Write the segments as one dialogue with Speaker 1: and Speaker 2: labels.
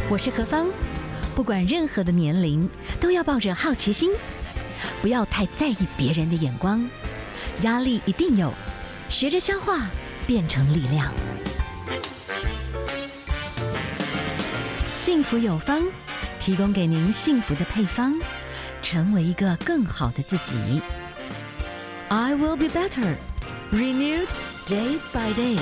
Speaker 1: 我是何芳，不管任何的年龄，都要抱着好奇心，不要太在意别人的眼光，压力一定有，学着消化，变成力量。幸福有方，提供给您幸福的配方，成为一个更好的自己。I will be better, renewed day by day。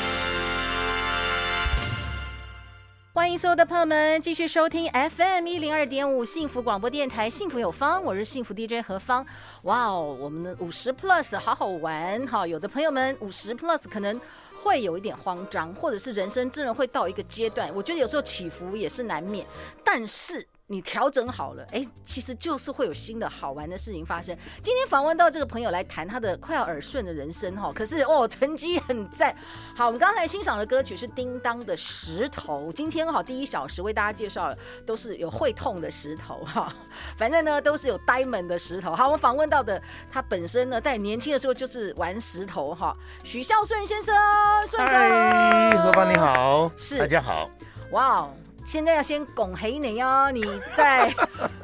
Speaker 1: 欢迎所有的朋友们继续收听 FM102.5 幸福广播电台，幸福有方，我是幸福 DJ 何芳。哇哦，我们的50 plus 好好玩哈！有的朋友们50 plus 可能会有一点慌张，或者是人生真的会到一个阶段，我觉得有时候起伏也是难免，但是你调整好了，其实就是会有新的好玩的事情发生。今天访问到这个朋友来谈他的快要耳顺的人生哈，可是成绩很赞。好，我们刚才欣赏的歌曲是叮当的石头。今天第1小时为大家介绍的都是有会痛的石头哈，反正呢都是有 diamond 的石头。好，我们访问到的他本身呢在年轻的时候就是玩石头哈，许孝顺先生，顺哥，
Speaker 2: 嗨，何芳你好，
Speaker 1: 是
Speaker 2: 大家好。
Speaker 1: 哇哦！现在要先恭喜你哦！你在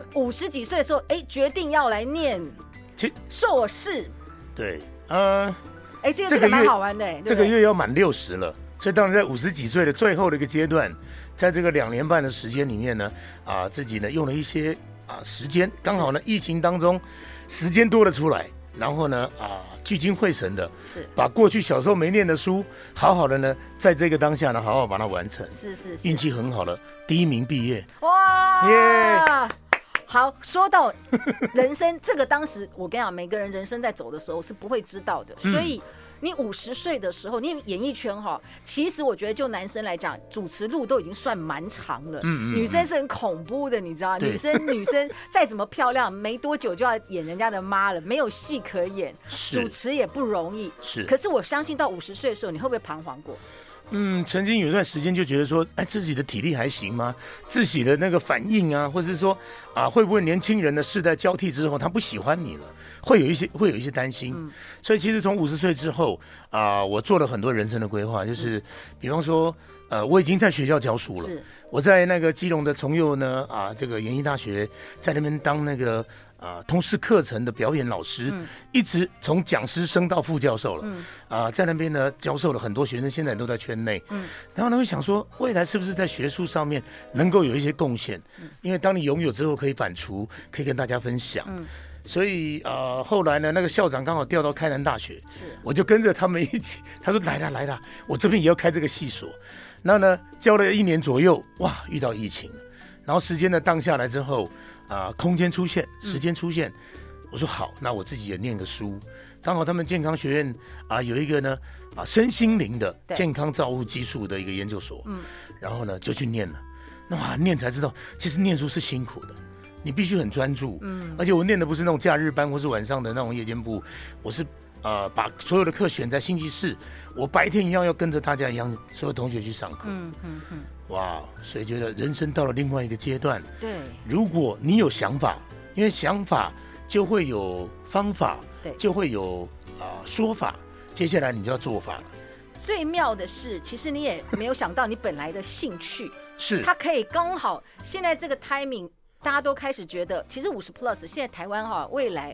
Speaker 1: 50几岁的时候，决定要来念硕士。
Speaker 2: 对，
Speaker 1: 这个蛮好玩的，
Speaker 2: 这个月要满60了，所以当然在50几岁的最后的一个阶段，在这个2年半的时间里面呢，自己呢用了一些时间，刚好呢疫情当中时间多了出来。然后呢，聚精会神的，把过去小时候没念的书，好好的呢，在这个当下呢，好好把它完成。是，运气很好了，第1名毕业。
Speaker 1: 哇，耶！好，说到人生，这个当时我跟你讲，每个人人生在走的时候是不会知道的，所以你50岁的时候，你演艺圈其实我觉得就男生来讲，主持路都已经算蛮长了。女生是很恐怖的，你知道，女生再怎么漂亮，没多久就要演人家的妈了，没有戏可演，主持也不容易。可是我相信到50岁的时候，你会不会彷徨过？
Speaker 2: 曾经有一段时间就觉得说，自己的体力还行吗？自己的那个反应或者是说会不会年轻人的世代交替之后，他不喜欢你了，会有一些担心。所以其实从50岁之后我做了很多人生的规划，就是比方说我已经在学校教书了，我在那个基隆的崇右呢这个研艺大学，在那边当那个通识课程的表演老师，一直从讲师升到副教授了。在那边呢教授了很多学生，现在都在圈内。然后呢，会想说未来是不是在学术上面能够有一些贡献？因为当你拥有之后可以反刍，可以跟大家分享。所以后来呢，那个校长刚好调到开南大学，我就跟着他们一起。他说来啦，我这边也要开这个系所。然后呢，教了1年左右，哇，遇到疫情了。然后时间呢荡下来之后，空间出现，时间出现，我说好，那我自己也念个书。刚好他们健康学院有一个呢身心灵的健康照护技术的一个研究所，然后呢就去念了。那念才知道，其实念书是辛苦的，你必须很专注。而且我念的不是那种假日班或是晚上的那种夜间部，我是把所有的课选在星期四，我白天一样要跟着大家一样，所有同学去上课。哇，所以觉得人生到了另外一个阶段。对，如果你有想法，因为想法就会有方法，就会有说法，接下来你就要做法了。最妙的是，其实你也没有想到你本来的兴趣是它可以刚好现在这个 timing， 大家都开始觉得，其实50 plus 现在台湾未来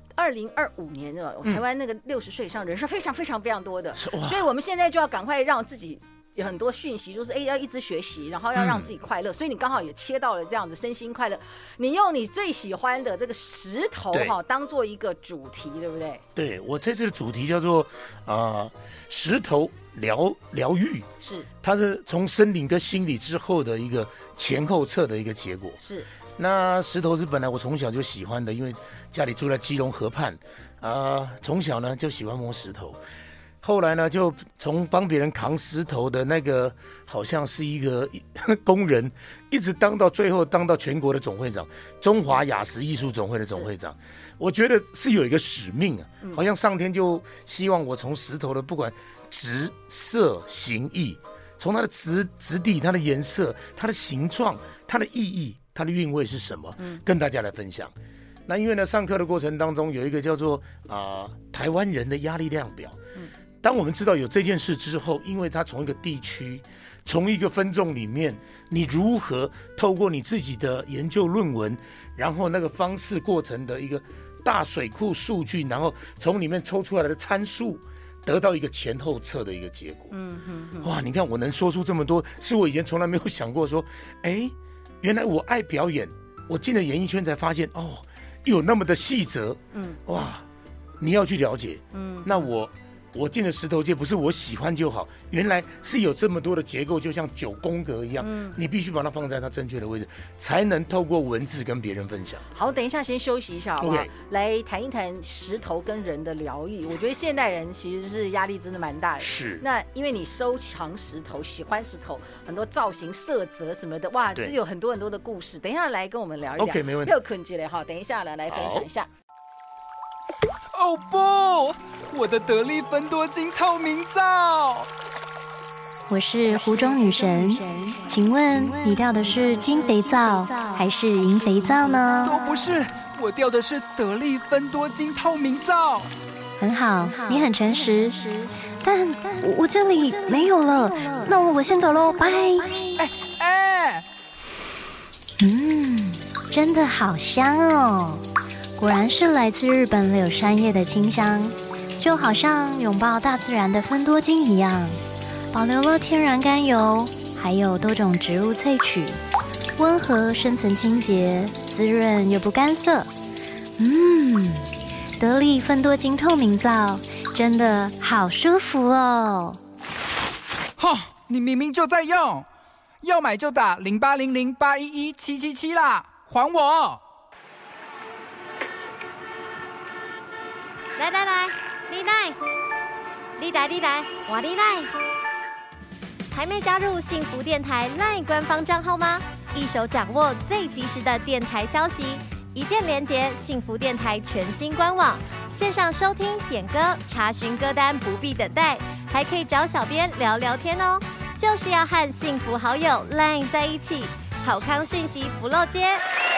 Speaker 2: 2025年台湾那个60岁以上人是非常非常非常多的，所以我们现在就要赶快让自己有很多讯息，就是要一直学习，然后要让自己快乐。所以你刚好也切到了这样子身心快乐。你用你最喜欢的这个石头当做一个主题，对不对？对，我在这个主题叫做石头疗愈，是它是从生理跟心理之后的一个前后侧的一个结果。是。那石头是本来我从小就喜欢的，因为家里住在基隆河畔，从小呢就喜欢摸石头。后来呢，就从帮别人扛石头的那个，好像是一个工人，一直当到最后当到全国的总会长，中华雅石艺术总会的总会长。我觉得是有一个使命好像上天就希望我从石头的不管质色形意，从它的质地、它的颜色、它的形状、它的意义、它的韵味是什么，跟大家来分享。那因为呢，上课的过程当中有一个叫做台湾人的压力量表。当我们知道有这件事之后，因为它从一个地区从一个分众里面，你如何透过你自己的研究论文，然后那个方式过程的一个大水库数据，然后从里面抽出来的参数，得到一个前后测的一个结果。哇，你看我能说出这么多，是我以前从来没有想过说，原来我爱表演，我进了演艺圈才发现，有那么的细则。哇，你要去了解。那我进了石头界，不是我喜欢就好，原来是有这么多的结构，就像9宫格一样，你必须把它放在它正确的位置，才能透过文字跟别人分享。
Speaker 1: 好，等一下先休息一下，好不好？
Speaker 2: Okay.
Speaker 1: 来谈一谈石头跟人的疗愈。我觉得现代人其实是压力真的蛮大的。
Speaker 2: 是。
Speaker 1: 那因为你收藏石头，喜欢石头，很多造型、色泽什么的，哇，这有很多很多的故事。等一下来跟我们聊一聊。
Speaker 2: OK， 没问题。
Speaker 1: 又困起来哈，等一下来分享一下。
Speaker 3: 哦不！我的得力芬多精透明皂。
Speaker 4: 我是湖中女神，请问你掉的是金肥皂还是银肥皂呢？
Speaker 3: 都不是，我掉的是得力芬多精透明皂。
Speaker 4: 很好，你很诚实，但我这里没有了，那我先走喽，拜。真的好香哦。果然是来自日本柳杉叶的清香，就好像拥抱大自然的芬多精一样，保留了天然甘油，还有多种植物萃取，温和深层清洁，滋润又不干涩。得力芬多精透明皂真的好舒服哦。
Speaker 3: 你明明就在用，要买就打0800811777啦，还我！
Speaker 5: 来，你来，我你来。还没加入幸福电台 LINE 官方账号吗？一手掌握最及时的电台消息，一键连结幸福电台全新官网，线上收听、点歌、查询歌单不必等待，还可以找小编聊聊天哦。就是要和幸福好友 LINE 在一起，好康讯息不漏接。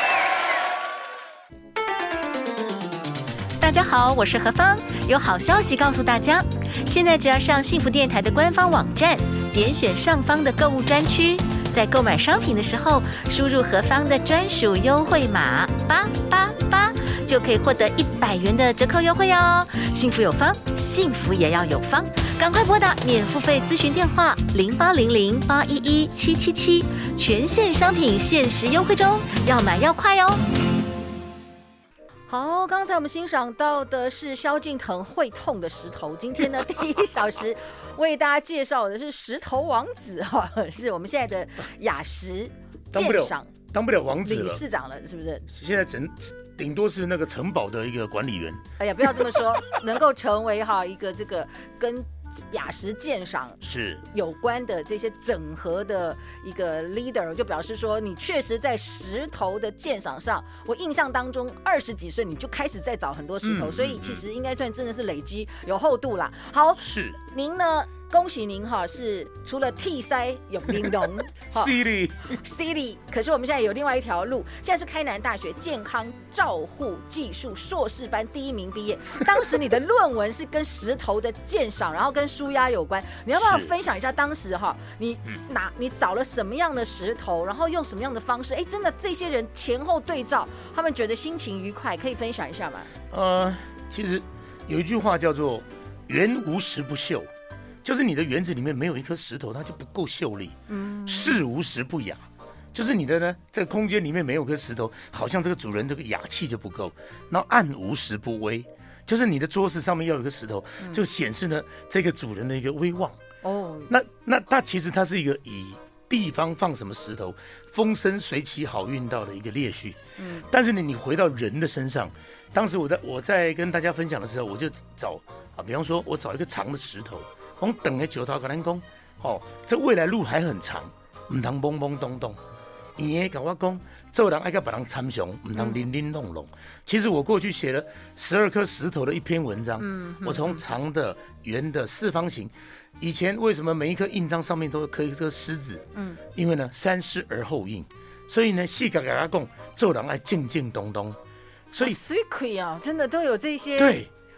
Speaker 1: 大家好，我是何芳，有好消息告诉大家，现在只要上幸福电台的官方网站，点选上方的购物专区，在购买商品的时候，输入何芳的专属优惠码888，就可以获得100元的折扣优惠哦。幸福有方，幸福也要有方，赶快拨打免付费咨询电话0800811777，全线商品限时优惠中，要买要快哦。好，刚才我们欣赏到的是萧敬腾会痛的石头。今天呢，第1小时为大家介绍的是石头王子哈，是我们现在的雅石鉴赏
Speaker 2: 当不了王子了，
Speaker 1: 理事长了，是不是？
Speaker 2: 现在顶多是那个城堡的一个管理员。
Speaker 1: 哎呀，不要这么说，能够成为一个这个跟雅石鉴赏
Speaker 2: 是
Speaker 1: 有关的这些整合的一个 leader， 就表示说你确实在石头的鉴赏上，我印象当中20几岁你就开始在找很多石头，所以其实应该算真的是累积有厚度啦。好，
Speaker 2: 是
Speaker 1: 您呢？恭喜您是除了替塞有玲珑，Silly，可是我们现在有另外一条路，现在是开南大学健康照护技术硕士班第1名毕业。当时你的论文是跟石头的鉴赏，然后跟舒压有关，你要不要分享一下当时你找了什么样的石头，然后用什么样的方式？真的这些人前后对照，他们觉得心情愉快，可以分享一下吗？
Speaker 2: 其实有一句话叫做“圆无石不秀”。就是你的园子里面没有一颗石头，它就不够秀丽。事无石不雅，就是你的呢，这个空间里面没有颗石头，好像这个主人这个雅气就不够。然后暗无石不威，就是你的桌子上面要有一个石头，就显示呢这个主人的一个威望。那其实它是一个以地方放什么石头，风生水起好运到的一个列序。但是呢，你回到人的身上，当时我在跟大家分享的时候，我就找比方说我找一个长的石头。我等的石头跟咱讲，这未来路还很长，唔通懵懵懂懂。你也跟我讲，做人爱跟别人参详，唔通零零弄弄。其实我过去写了12颗石头的一篇文章，我从长的、圆的、四方形。以前为什么每一颗印章上面都刻一颗狮子？因为呢三思而后应，所以呢细个跟他讲，做人爱静静动动。所以
Speaker 1: 水亏啊，真的都有这些。
Speaker 2: 对。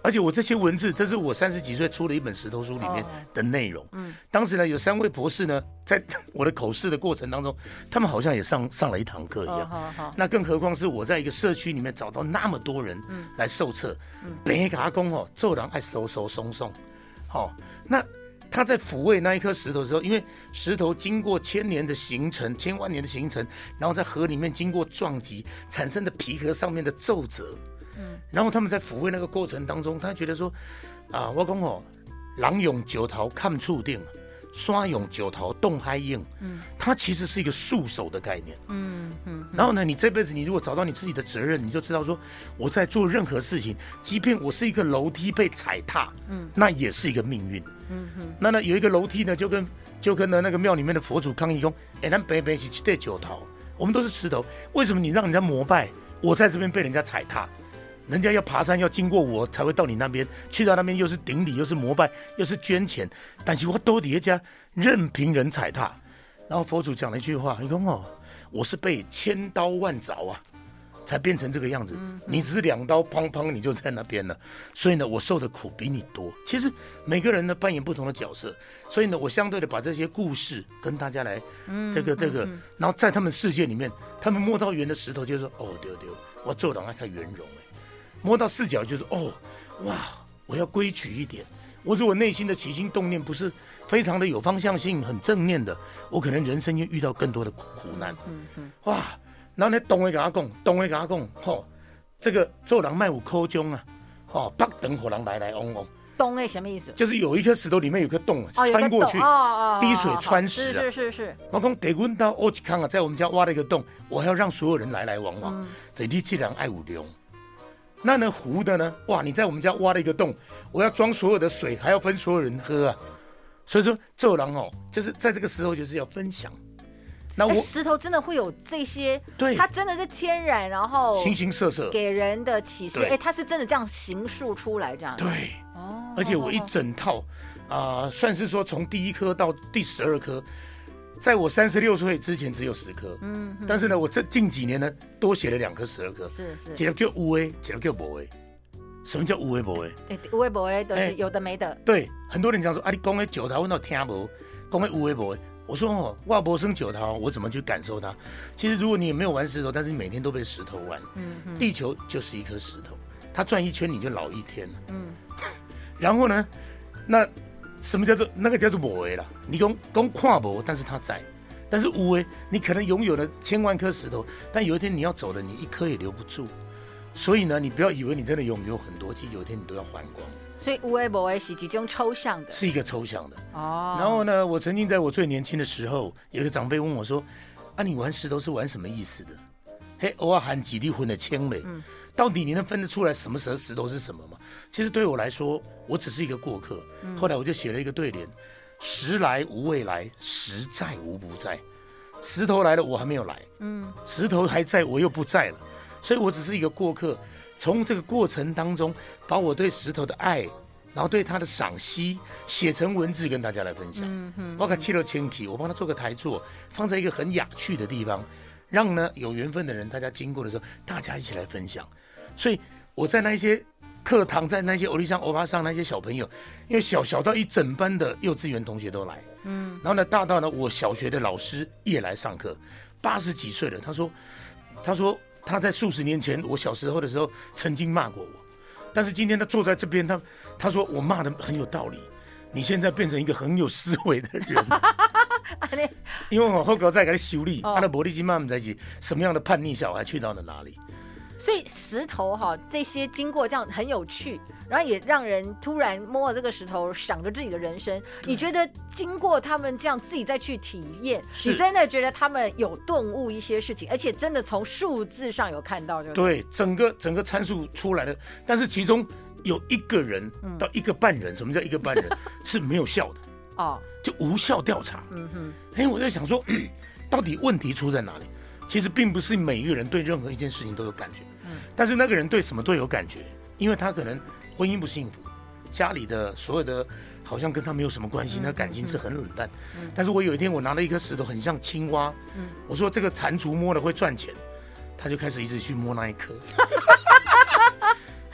Speaker 2: 而且我这些文字，这是我30几岁出的一本石头书里面的内容。当时呢，有3位博士呢，在我的口试的过程当中，他们好像也上了一堂课一样。那更何况是我在一个社区里面找到那么多人来受测，别给他讲哦，做人爱收收松松。好，那他在抚慰那一颗石头的时候，因为石头经过千年的形成、千万年的形成，然后在河里面经过撞击产生的皮壳上面的皱褶。然后他们在抚慰那个过程当中，他觉得说，啊，我讲哦，人用石头看触定，山用石头动海硬，它其实是一个束手的概念。然后呢，你这辈子你如果找到你自己的责任，你就知道说，我在做任何事情，即便我是一个楼梯被踩踏，那也是一个命运。那呢，有一个楼梯呢，就跟那个庙里面的佛祖抗议说，咱北北是一块石头，我们都是石头，为什么你让人家膜拜，我在这边被人家踩踏？人家要爬山要经过我才会到你那边，去到那边又是顶礼又是膜拜又是捐钱，但是我都底下任凭人踩踏。然后佛祖讲了一句话，你说哦，我是被千刀万凿啊，才变成这个样子。你只是2刀砰砰你就在那边了，所以呢，我受的苦比你多。其实每个人呢扮演不同的角色，所以呢，我相对的把这些故事跟大家来这个，然后在他们世界里面，他们摸到圆的石头就说哦对，我做人爱看圆融。摸到4角就是哦，哇！我要规矩一点。我如果内心的起心动念不是非常的有方向性、很正面的，我可能人生又遇到更多的苦难。哇！然后呢，东会跟他讲，这个做人卖有口中啊，北等火人来嗡嗡。
Speaker 1: 洞诶，什么意思？
Speaker 2: 就是有一颗石头里面有颗洞，穿过去，滴水穿石啊。
Speaker 1: 是。
Speaker 2: 我讲地滚到欧吉康啊，在我们家挖了一个洞，我还要让所有人来往往。对，你这人爱有量。那呢，湖的呢？哇，你在我们家挖了一个洞，我要装所有的水，还要分所有人喝啊。所以说，做人哦，就是在这个时候就是要分享。那
Speaker 1: 石头真的会有这些，
Speaker 2: 对，
Speaker 1: 它真的是天然，然后
Speaker 2: 形形色色
Speaker 1: 给人的启示。它是真的这样形塑出来这样。
Speaker 2: 对，而且我一整套算是说从第1颗到第12颗。在我36岁之前只有10颗，但是呢，我这近几年呢多写了2颗12颗，
Speaker 1: 是，
Speaker 2: 一个叫有的，一个叫无的。什么叫有的无的？
Speaker 1: 有的无的都是有的没的。
Speaker 2: 对，很多人讲说你讲的石头我都听无，讲的有的无的。我说我没生石头，我怎么去感受它？其实如果你也没有玩石头，但是你每天都被石头玩，地球就是一颗石头，它转1圈你就老1天了。然后呢，那。什么叫做那个叫做无的啦？你讲看无，但是它在；但是有的，你可能拥有了1000万颗石头，但有一天你要走了，你1颗也留不住。所以呢，你不要以为你真的拥有很多，其实有一天你都要还光。
Speaker 1: 所以有的无的是一种抽象的，
Speaker 2: 是一个抽象的。然后呢，我曾经在我最年轻的时候，有一个长辈问我说：“你玩石头是玩什么意思的？嘿，偶尔喊几粒混的铅美。到底你能分得出来什么石头是什么吗？”其实对我来说，我只是一个过客。后来我就写了一个对联：时来无未来，时在无不在。石头来了，我还没有来。石头还在，我又不在了。所以我只是一个过客。从这个过程当中，把我对石头的爱，然后对它的赏析，写成文字跟大家来分享。我给切了千起，我帮他做个台座，放在一个很雅趣的地方，让呢有缘分的人，大家经过的时候，大家一起来分享。所以我在那些课堂，在那些欧丽桑、欧巴桑那些小朋友，因为小到一整班的幼稚园同学都来，然后呢大到呢我小学的老师也来上课，80几岁了，他说他在数十年前我小时候的时候曾经骂过我，但是今天他坐在这边，他说我骂的很有道理，你现在变成一个很有思维的人。因为我后头再给他修理，他的伯利金妈不在一起，什么样的叛逆小孩去到了哪里？
Speaker 1: 所以石头这些经过这样很有趣，然后也让人突然摸了这个石头，想着自己的人生。你觉得经过他们这样自己再去体验，你真的觉得他们有顿悟一些事情，而且真的从数字上有看到，
Speaker 2: 对，整个参数出来了，但是其中有1个人到1个半人，什么叫1个半人？是没有效的就无效调查。我在想说，到底问题出在哪里？其实并不是每一个人对任何一件事情都有感觉，但是那个人对什么都有感觉，因为他可能婚姻不幸福，家里的所有的好像跟他没有什么关系，那感情是很冷淡。但是我有一天我拿了一颗石头，很像青蛙，我说这个蟾蜍摸了会赚钱，他就开始一直去摸那一颗。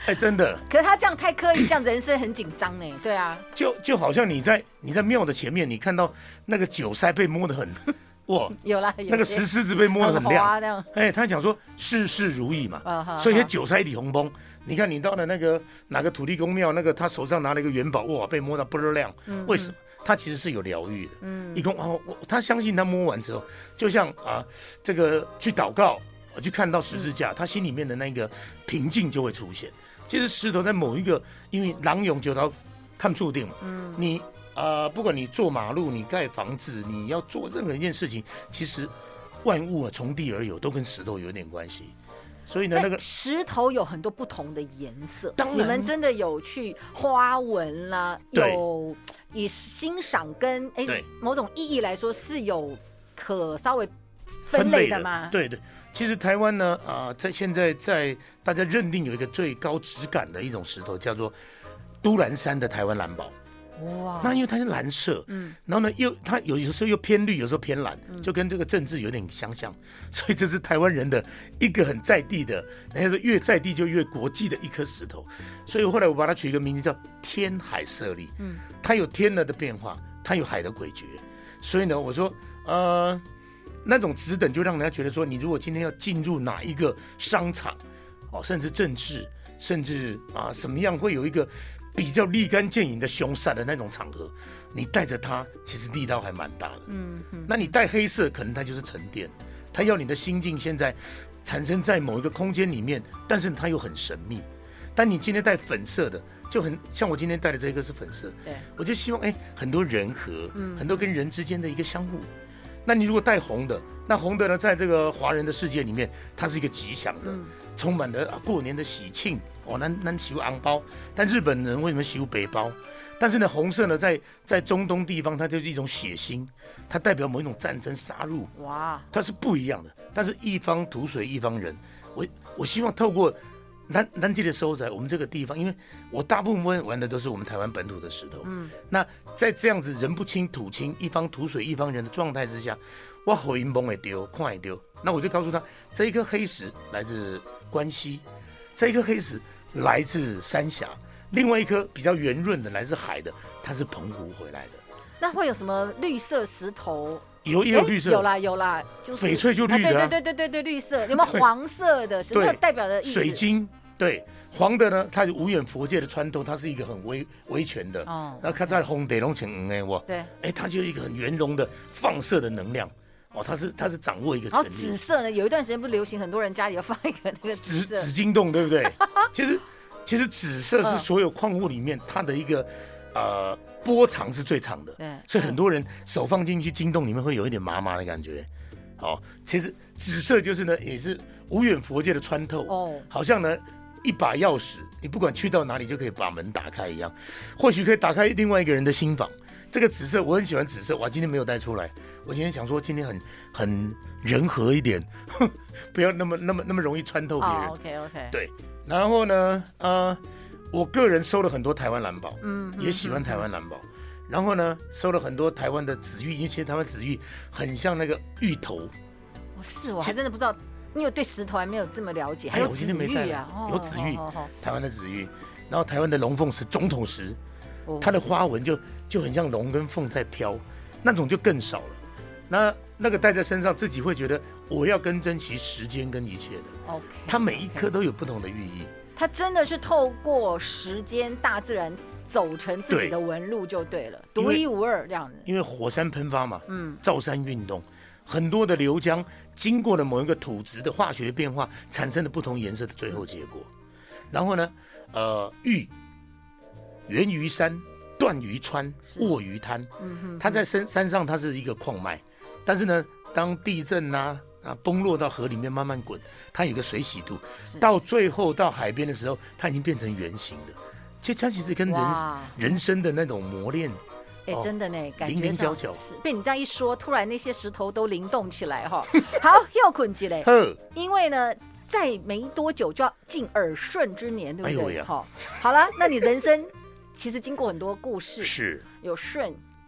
Speaker 2: 哎，真的。
Speaker 1: 可是他这样太刻意，这样人生很紧张呢。对啊，
Speaker 2: 就好像你在庙的前面，你看到那个酒塞被摸得很哇，
Speaker 1: 有啦，
Speaker 2: 那个石狮子被摸得很亮。
Speaker 1: 哎，
Speaker 2: 他讲说事事如意嘛，所以酒塞里红崩。你看你到了那个哪个土地公庙，那个他手上拿了一个元宝，哇，被摸到不热亮。为什么？他其实是有疗愈的。一共他相信他摸完之后，就像这个去祷告，去看到十字架，他心里面的那个平静就会出现。其实石头在某一个，因为狼勇九条看注定嘛，你不管你做马路，你盖房子，你要做任何一件事情，其实万物从地而有，都跟石头有点关系。所以呢，那个
Speaker 1: 石头有很多不同的颜色，
Speaker 2: 当然
Speaker 1: 你们真的有去花纹啦，有以欣赏跟某种意义来说是有可稍微分类的吗？
Speaker 2: 对，其实台湾呢，在现在在大家认定有一个最高质感的一种石头，叫做都兰山的台湾蓝宝。哇，那因为它是蓝色，然后呢它有时候又偏绿，有时候偏蓝，就跟这个政治有点相像，所以这是台湾人的一个很在地的，人家说越在地就越国际的一颗石头，所以后来我把它取一个名字叫天海舍利，它有天的变化，它有海的诡谲，所以呢，我说那种职等就让人家觉得说，你如果今天要进入哪一个商场，甚至政治，甚至什么样会有一个比较立竿见影的凶杀的那种场合，你带着它，其实力道还蛮大的。那你带黑色，可能它就是沉淀，它要你的心境现在产生在某一个空间里面，但是它又很神秘。但你今天带粉色的，就很像我今天带的这个是粉色，对，我就希望很多人和，很多跟人之间的一个相互。那你如果带红的，那红的呢，在这个华人的世界里面，它是一个吉祥的，充满了过年的喜庆咱喜欢红包，但日本人为什么喜欢北包？但是呢，红色呢，在中东地方，它就是一种血腥，它代表某一种战争杀戮，哇，它是不一样的。但是一方土水一方人，我希望透过咱这个收窄，我们这个地方，因为我大部分玩的都是我们台湾本土的石头，那在这样子人不亲土亲，一方土水一方人的状态之下，我好音崩会丢，看会丢，那我就告诉他，这一颗黑石来自关西，这一颗黑石来自三峡，另外一颗比较圆润的来自海的，它是澎湖回来的。
Speaker 1: 那会有什么绿色石头？
Speaker 2: 也有绿色，
Speaker 1: 有啦，就是
Speaker 2: 翡翠就绿的，
Speaker 1: 对，绿色。有没有黄色的？有没有代表的意思？
Speaker 2: 水晶，对，黄的呢，它是无远佛界的穿透，它是一个很维权的。然后它在红得龙前对，它就一个很圆融的放射的能量。它是掌握一个权力。
Speaker 1: 然后紫色呢，有一段时间不流行，很多人家里要放一个那个
Speaker 2: 紫晶洞，对不对？其实紫色是所有矿物里面它的一个波长是最长的，所以很多人手放进去晶洞里面会有一点麻麻的感觉。其实紫色就是呢，也是无远佛界的穿透，好像呢一把钥匙，你不管去到哪里就可以把门打开一样，或许可以打开另外一个人的心房。这个紫色我很喜欢紫色，我今天没有带出来，我今天想说今天很人和一点，不要那么容易穿透别人。
Speaker 1: OK，
Speaker 2: 对，然后呢，我个人收了很多台湾蓝宝，也喜欢台湾蓝宝。然后呢，收了很多台湾的紫玉，因为其实台湾紫玉很像那个芋头。
Speaker 1: 是我还真的不知道，因为对石头还没有这么了解。还有紫玉啊，
Speaker 2: 有紫玉，台湾的紫玉，然后台湾的龙凤石、总统石，它的花纹就很像龙跟凤在飘，那种就更少了。那个戴在身上，自己会觉得我要更珍惜时间跟一切的。OK， 它每一颗都有不同的寓意。
Speaker 1: 它真的是透过时间、大自然走成自己的纹路就对了，独一无二这样子。
Speaker 2: 因为火山喷发嘛，造山运动，很多的流浆经过了某一个土质的化学变化，产生了不同颜色的最后结果。然后呢，玉源于山，断于川，卧于滩。它在山上，它是一个矿脉，但是呢，当地震崩落到河里面慢慢滚，它有一个水洗度，到最后到海边的时候，它已经变成圆形的。其实它其实跟人生的那种磨练，
Speaker 1: 真的呢，感觉
Speaker 2: 零零角角。
Speaker 1: 是被你这样一说，突然那些石头都灵动起来哈。好，又困起来。因为呢，再没多久就要进耳顺之年，对不对？好了，那你人生其实经过很多故事，
Speaker 2: 是
Speaker 1: 有顺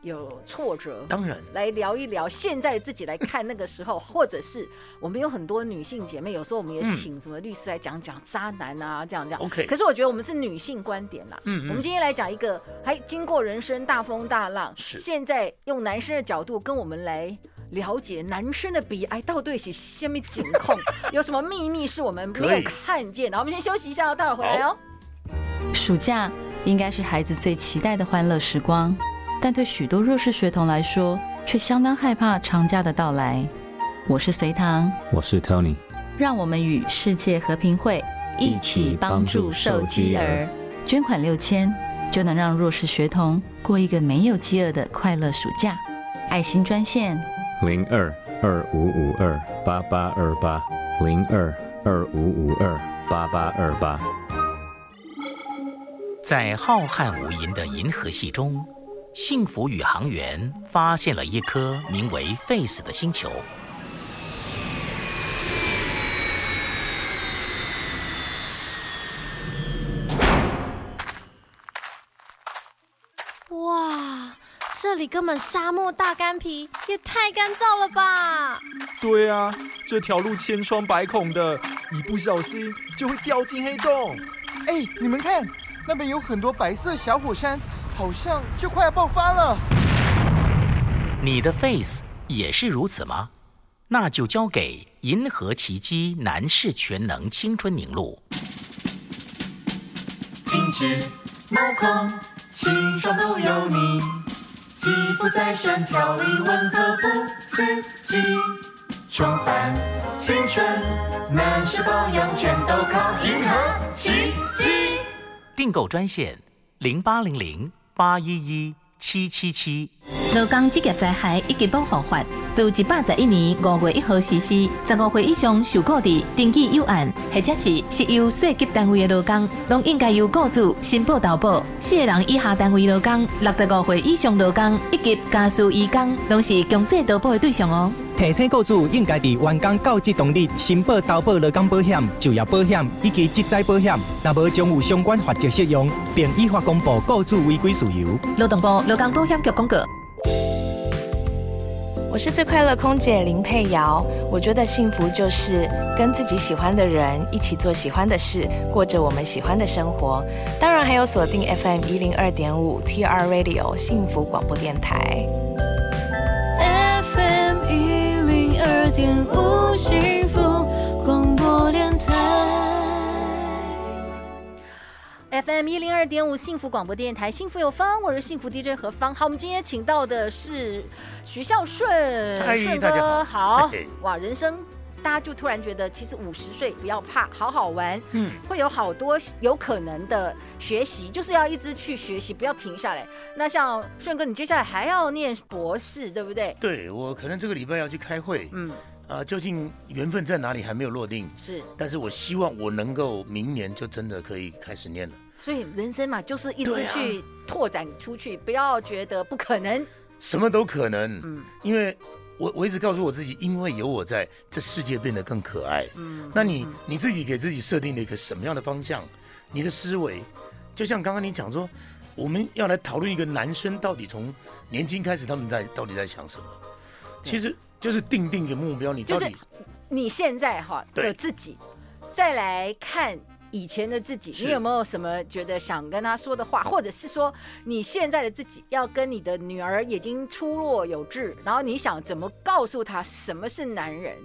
Speaker 1: 有挫折，
Speaker 2: 当然
Speaker 1: 来聊一聊现在自己来看那个时候，或者是我们有很多女性姐妹，有时候我们也请什么律师来讲讲渣男啊，这样。
Speaker 2: OK。
Speaker 1: 可是我觉得我们是女性观点啦，我们今天来讲一个还经过人生大风大浪，现在用男生的角度跟我们来了解男生的悲哀到底是什么情况，有什么秘密是我们没有看见的。我们先休息一下，待会儿回来哦。
Speaker 6: 暑假应该是孩子最期待的欢乐时光，但对许多弱势学童来说，却相当害怕长假的到来。我是隋唐，
Speaker 7: 我是 Tony，
Speaker 6: 让我们与世界和平会一起帮助受饥儿，捐款6000，就能让弱势学童过一个没有饥饿的快乐暑假。爱心专线
Speaker 7: 02-2552-8828，02-2552-8828。
Speaker 8: 在浩瀚无垠的银河系中，幸福宇航员发现了一颗名为 Face 的星球。
Speaker 5: 哇，这里根本沙漠大干皮，也太干燥了吧！
Speaker 9: 对啊，这条路千疮百孔的，一不小心就会掉进黑洞。
Speaker 10: 你们看，那边有很多白色小火山，好像就快要爆发了。
Speaker 8: 你的 Face 也是如此吗？那就交给银河奇迹男士全能青春凝露。
Speaker 11: 精致毛孔，清爽不油腻，肌肤在线条里温和不刺激，重返青春，男士保养全都靠银河奇迹。
Speaker 8: 订购专线0800-811-777。
Speaker 12: 劳工职业灾害以及保护法自111年5月1号实施，15岁以上受雇伫登记有案，或者是由税级单位的劳工，拢应该由雇主申报投保。4个人以下单位劳工、65岁以上劳工以及家属移工，拢是强制投保的对象哦。
Speaker 13: 提醒雇主应该伫员工到职当日申报投保劳工保险、就业保险以及职灾保险，若无将有相关法则适用，并依法公布雇主违规事由。劳动部劳工保险局公告。
Speaker 14: 我是最快乐空姐林佩瑶。我觉得幸福就是跟自己喜欢的人一起做喜欢的事，过着我们喜欢的生活。当然还有锁定 FM 102.5 TR Radio 幸福广播电台。
Speaker 15: FM 102.5 幸福广播电台。
Speaker 1: FM 102.5幸福广播电台，幸福有方，我是幸福 DJ 何方。好，我们今天请到的是徐孝顺，顺哥好。哇，人生大家就突然觉得，其实50岁不要怕，好好玩，会有好多有可能的学习，就是要一直去学习，不要停下来。那像顺哥，你接下来还要念博士，对不对？
Speaker 2: 对，我可能这个礼拜要去开会，究竟缘分在哪里还没有落定，
Speaker 1: 是，
Speaker 2: 但是我希望我能够明年就真的可以开始念了。
Speaker 1: 所以人生嘛，就是一直去拓展出去，不要觉得不可能，
Speaker 2: 什么都可能。因为我一直告诉我自己，因为有我在，这世界变得更可爱。那你自己给自己设定了一个什么样的方向？你的思维，就像刚刚你讲说，我们要来讨论一个男生到底从年轻开始，他们到底在想什么？其实就是定一个目标，你到底就是
Speaker 1: 你现在的自己，再来看以前的自己，你有没有什么觉得想跟他说的话，或者是说你现在的自己要跟你的女儿已经出落有致，然后你想怎么告诉她什么是男人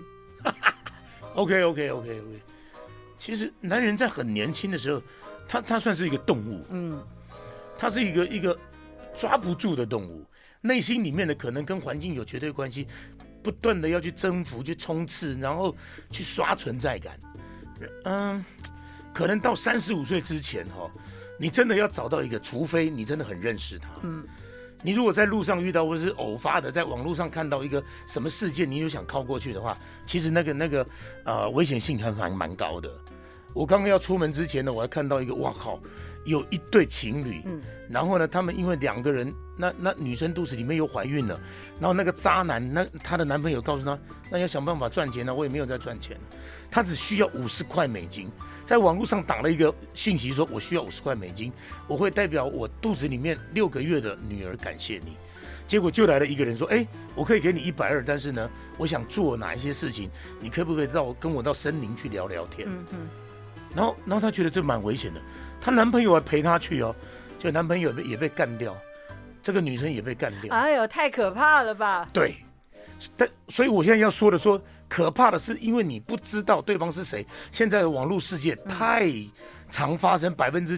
Speaker 2: ？OK。其实男人在很年轻的时候，他算是一个动物，他是一个抓不住的动物，内心里面的可能跟环境有绝对关系，不断的要去征服、去冲刺，然后去刷存在感。可能到35岁之前你真的要找到一个，除非你真的很认识他。你如果在路上遇到，或者是偶发的在网络上看到一个什么事件，你就想靠过去的话，其实那个危险性还蛮高的。我刚刚要出门之前呢，我还看到一个，哇靠，有一对情侣，然后呢，他们因为2个人，那女生肚子里面又怀孕了，然后那个渣男，她的男朋友告诉她，那要想办法赚钱，我也没有在赚钱，他只需要50块美金，在网络上打了一个讯息说，我需要50块美金，我会代表我肚子里面6个月的女儿感谢你。 结果就来了一个人说，我可以给你120，但是呢，我想做哪一些事情，你可不可以跟我到森林去聊聊天？然后她觉得这蛮危险的，她男朋友还陪她去哦，就男朋友也被干掉，这个女生也被干掉。
Speaker 1: 哎呦，太可怕了吧？
Speaker 2: 对，所以我现在要说的可怕的是，因为你不知道对方是谁。现在的网络世界太常发生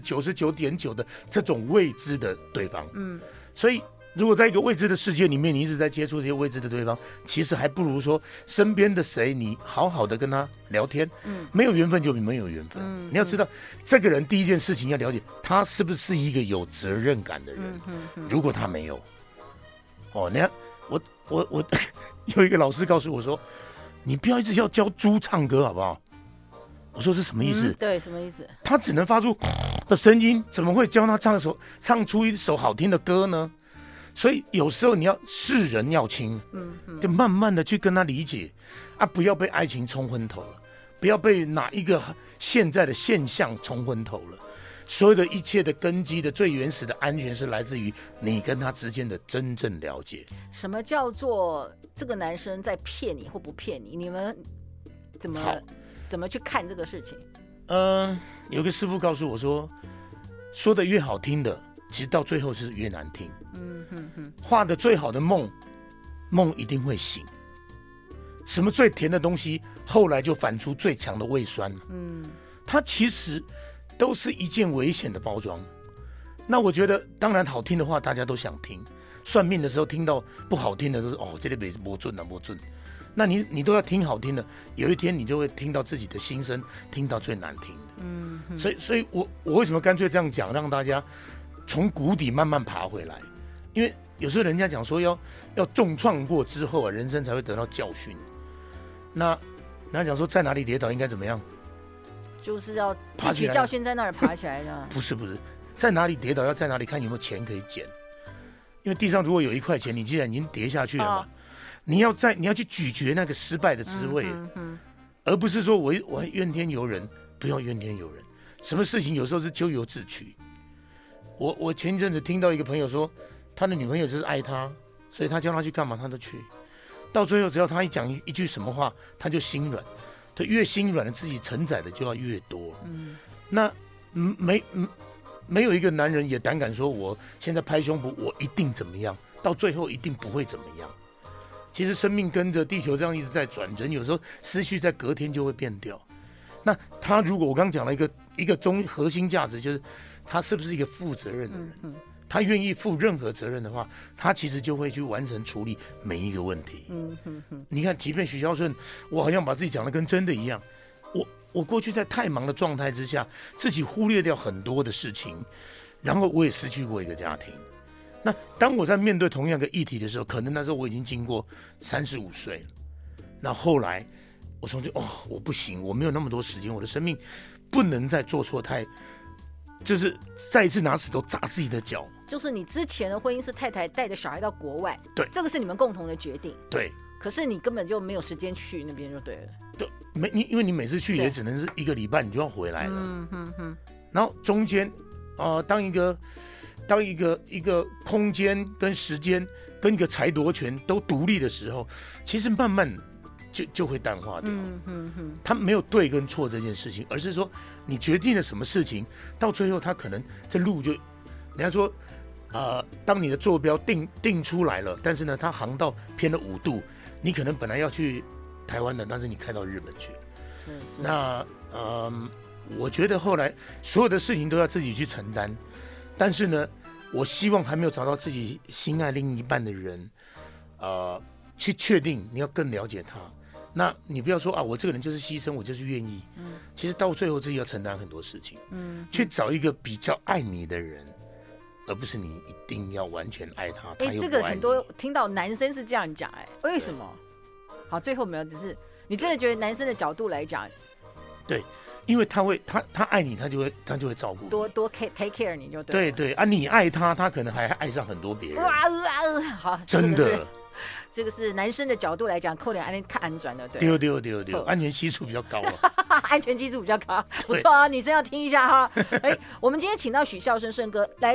Speaker 2: 99.9%的这种未知的对方。所以如果在一个未知的世界里面，你一直在接触这些未知的对方，其实还不如说身边的谁，你好好的跟他聊天。没有缘分就没有缘分。你要知道，这个人第一件事情要了解，他是不是一个有责任感的人。如果他没有，你看我有一个老师告诉我说，你不要一直要教猪唱歌好不好？我说是什么意思？
Speaker 1: 对，什么意思？
Speaker 2: 他只能发出的声音，怎么会教他唱出一首好听的歌呢？所以有时候你要视人要清，就慢慢的去跟他理解啊，不要被爱情冲昏头了，不要被哪一个现在的现象冲昏头了。所有的一切的根基的最原始的安全是来自于你跟他之间的真正了解。
Speaker 1: 什么叫做这个男生在骗你或不骗你？你们怎么去看这个事情？
Speaker 2: 有个师父告诉我说的越好听的，其实到最后是越难听。画的最好的梦一定会醒。什么最甜的东西，后来就反出最强的胃酸。它其实都是一件危险的包装。那我觉得，当然好听的话大家都想听。算命的时候听到不好听的都是这里没准啊，没准。那你都要听好听的，有一天你就会听到自己的心声，听到最难听的。所以我为什么干脆这样讲，让大家从谷底慢慢爬回来？因为有时候人家讲说要重创过之后人生才会得到教训。那人家讲说在哪里跌倒应该怎么样？
Speaker 1: 就是要汲取教训，在那儿爬起来的。
Speaker 2: 不是，在哪里跌倒要在哪里看有没有钱可以捡。因为地上如果有1块钱，你既然已经跌下去了嘛，你要去咀嚼那个失败的滋味，而不是说我怨天尤人。不要怨天尤人，什么事情有时候是咎由自取。我前一阵子听到一个朋友说，他的女朋友就是爱他，所以他叫他去干嘛他都去，到最后只要他一讲一句什么话，他就心软，他越心软的自己承载的就要越多。那没有一个男人也胆敢说我现在拍胸脯我一定怎么样，到最后一定不会怎么样。其实生命跟着地球这样一直在转，人有时候失去在隔天就会变掉。那他如果我刚讲了一个核心价值，就是他是不是一个负责任的人，他愿意负任何责任的话，他其实就会去完成处理每一个问题。你看即便许孝顺，我好像把自己讲的跟真的一样，我过去在太忙的状态之下，自己忽略掉很多的事情，然后我也失去过一个家庭。那当我在面对同样的议题的时候，可能那时候我已经经过35岁了。那后来我从我不行，我没有那么多时间，我的生命不能再做错就是再一次拿石头砸自己的脚。
Speaker 1: 就是你之前的婚姻是太太带着小孩到国外，
Speaker 2: 对，
Speaker 1: 这个是你们共同的决定，
Speaker 2: 对。
Speaker 1: 可是你根本就没有时间去那边就对了。
Speaker 2: 对，因为你每次去也只能是1个礼拜，你就要回来了。然后中间当一个空间跟时间跟一个裁夺权都独立的时候，其实慢慢就会淡化掉。他没有对跟错这件事情，而是说你决定了什么事情，到最后他可能这路就，人家说当你的坐标定出来了，但是呢，它航道偏了5度，你可能本来要去台湾的，但是你开到日本去了。是。那我觉得后来所有的事情都要自己去承担，但是呢，我希望还没有找到自己心爱另一半的人，去确定你要更了解他。那你不要说我这个人就是牺牲，我就是愿意。其实到最后自己要承担很多事情。去找一个比较爱你的人，而不是你一定要完全爱他。他又不爱你。
Speaker 1: 这个很多听到男生是这样讲，为什么？好，最后没有，只是你真的觉得男生的角度来讲，
Speaker 2: 对，因为他爱你，他就会照顾你，
Speaker 1: 多 take care 你就对了。
Speaker 2: 对你爱他，他可能还爱上很多别人。
Speaker 1: 好，
Speaker 2: 真的。
Speaker 1: 这个是男生的角度来讲，扣点看安全的，对。
Speaker 2: 对，安全系数比较高
Speaker 1: 安全系数比较高，不错啊，女生要听一下哈。我们今天请到许孝顺顺哥来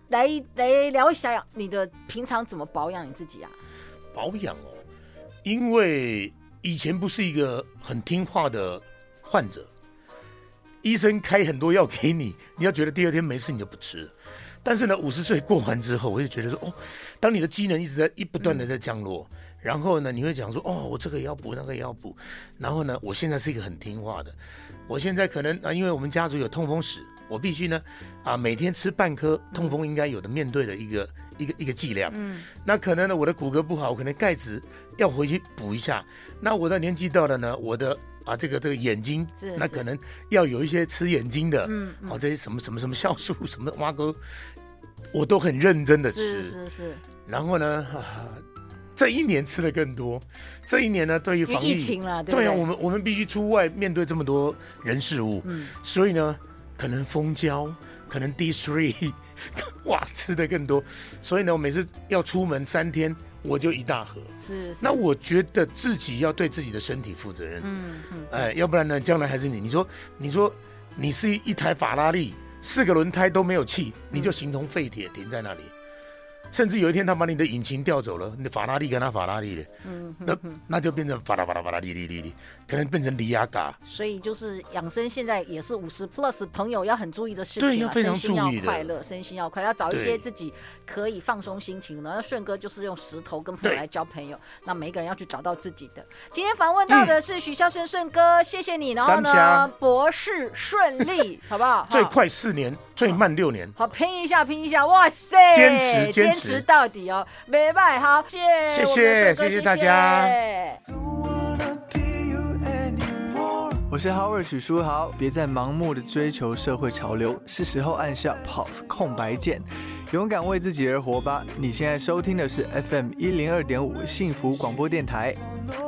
Speaker 1: 来聊一下你的平常怎么保养你自己啊？
Speaker 2: 保养哦，因为以前不是一个很听话的患者，医生开很多药给你，你要觉得第二天没事你就不吃了。但是呢，50岁过完之后，我就觉得说，哦，当你的机能一不断的在降落，然后呢，你会讲说，哦，我这个也要补，那个也要补。然后呢，我现在是一个很听话的，我现在可能因为我们家族有痛风史，我必须呢每天吃半颗痛风应该有的面对的一个剂量。那可能呢，我的骨骼不好，我可能钙质要回去补一下。那我的年纪到了呢，我的这个眼睛，那可能要有一些吃眼睛的，这些什么酵素什么挖沟，我都很认真的吃。
Speaker 1: 是。
Speaker 2: 然后呢，这一年吃的更多。这一年呢，对于防疫
Speaker 1: 疫情了，对不对？
Speaker 2: 对啊，我们必须出外面对这么多人事物，所以呢，可能蜂胶，可能 D3， 哇，吃的更多。所以呢，我每次要出门3天，我就一大盒。
Speaker 1: 是。
Speaker 2: 那我觉得自己要对自己的身体负责任。要不然呢，将来还是你说你是一台法拉利，4个轮胎都没有气，你就形同废铁停在那里。甚至有一天他把你的引擎调走了，你的法拉利跟他法拉利的，那就变成法拉利，可能变成离亚嘎。
Speaker 1: 所以就是养生，现在也是50 plus 朋友要很注意的事情，
Speaker 2: 对，要非常注意的，
Speaker 1: 身心要快乐，身心要快乐，要找一些自己可以放松心情的。那顺哥就是用石头跟朋友来交朋友，那每一个人要去找到自己的。今天访问到的是许孝琛顺哥，谢谢你。然后呢，博士顺利，好不好？
Speaker 2: 最快4年，最慢6年。
Speaker 1: 好，拼一下，哇塞，坚持到底哦，没败。好，谢谢大家。
Speaker 7: 我是 Howard 许书豪，别再盲目的追求社会潮流，是时候按下 pause 空白键，勇敢为自己而活吧。你现在收听的是 FM 102.5幸福广播电台。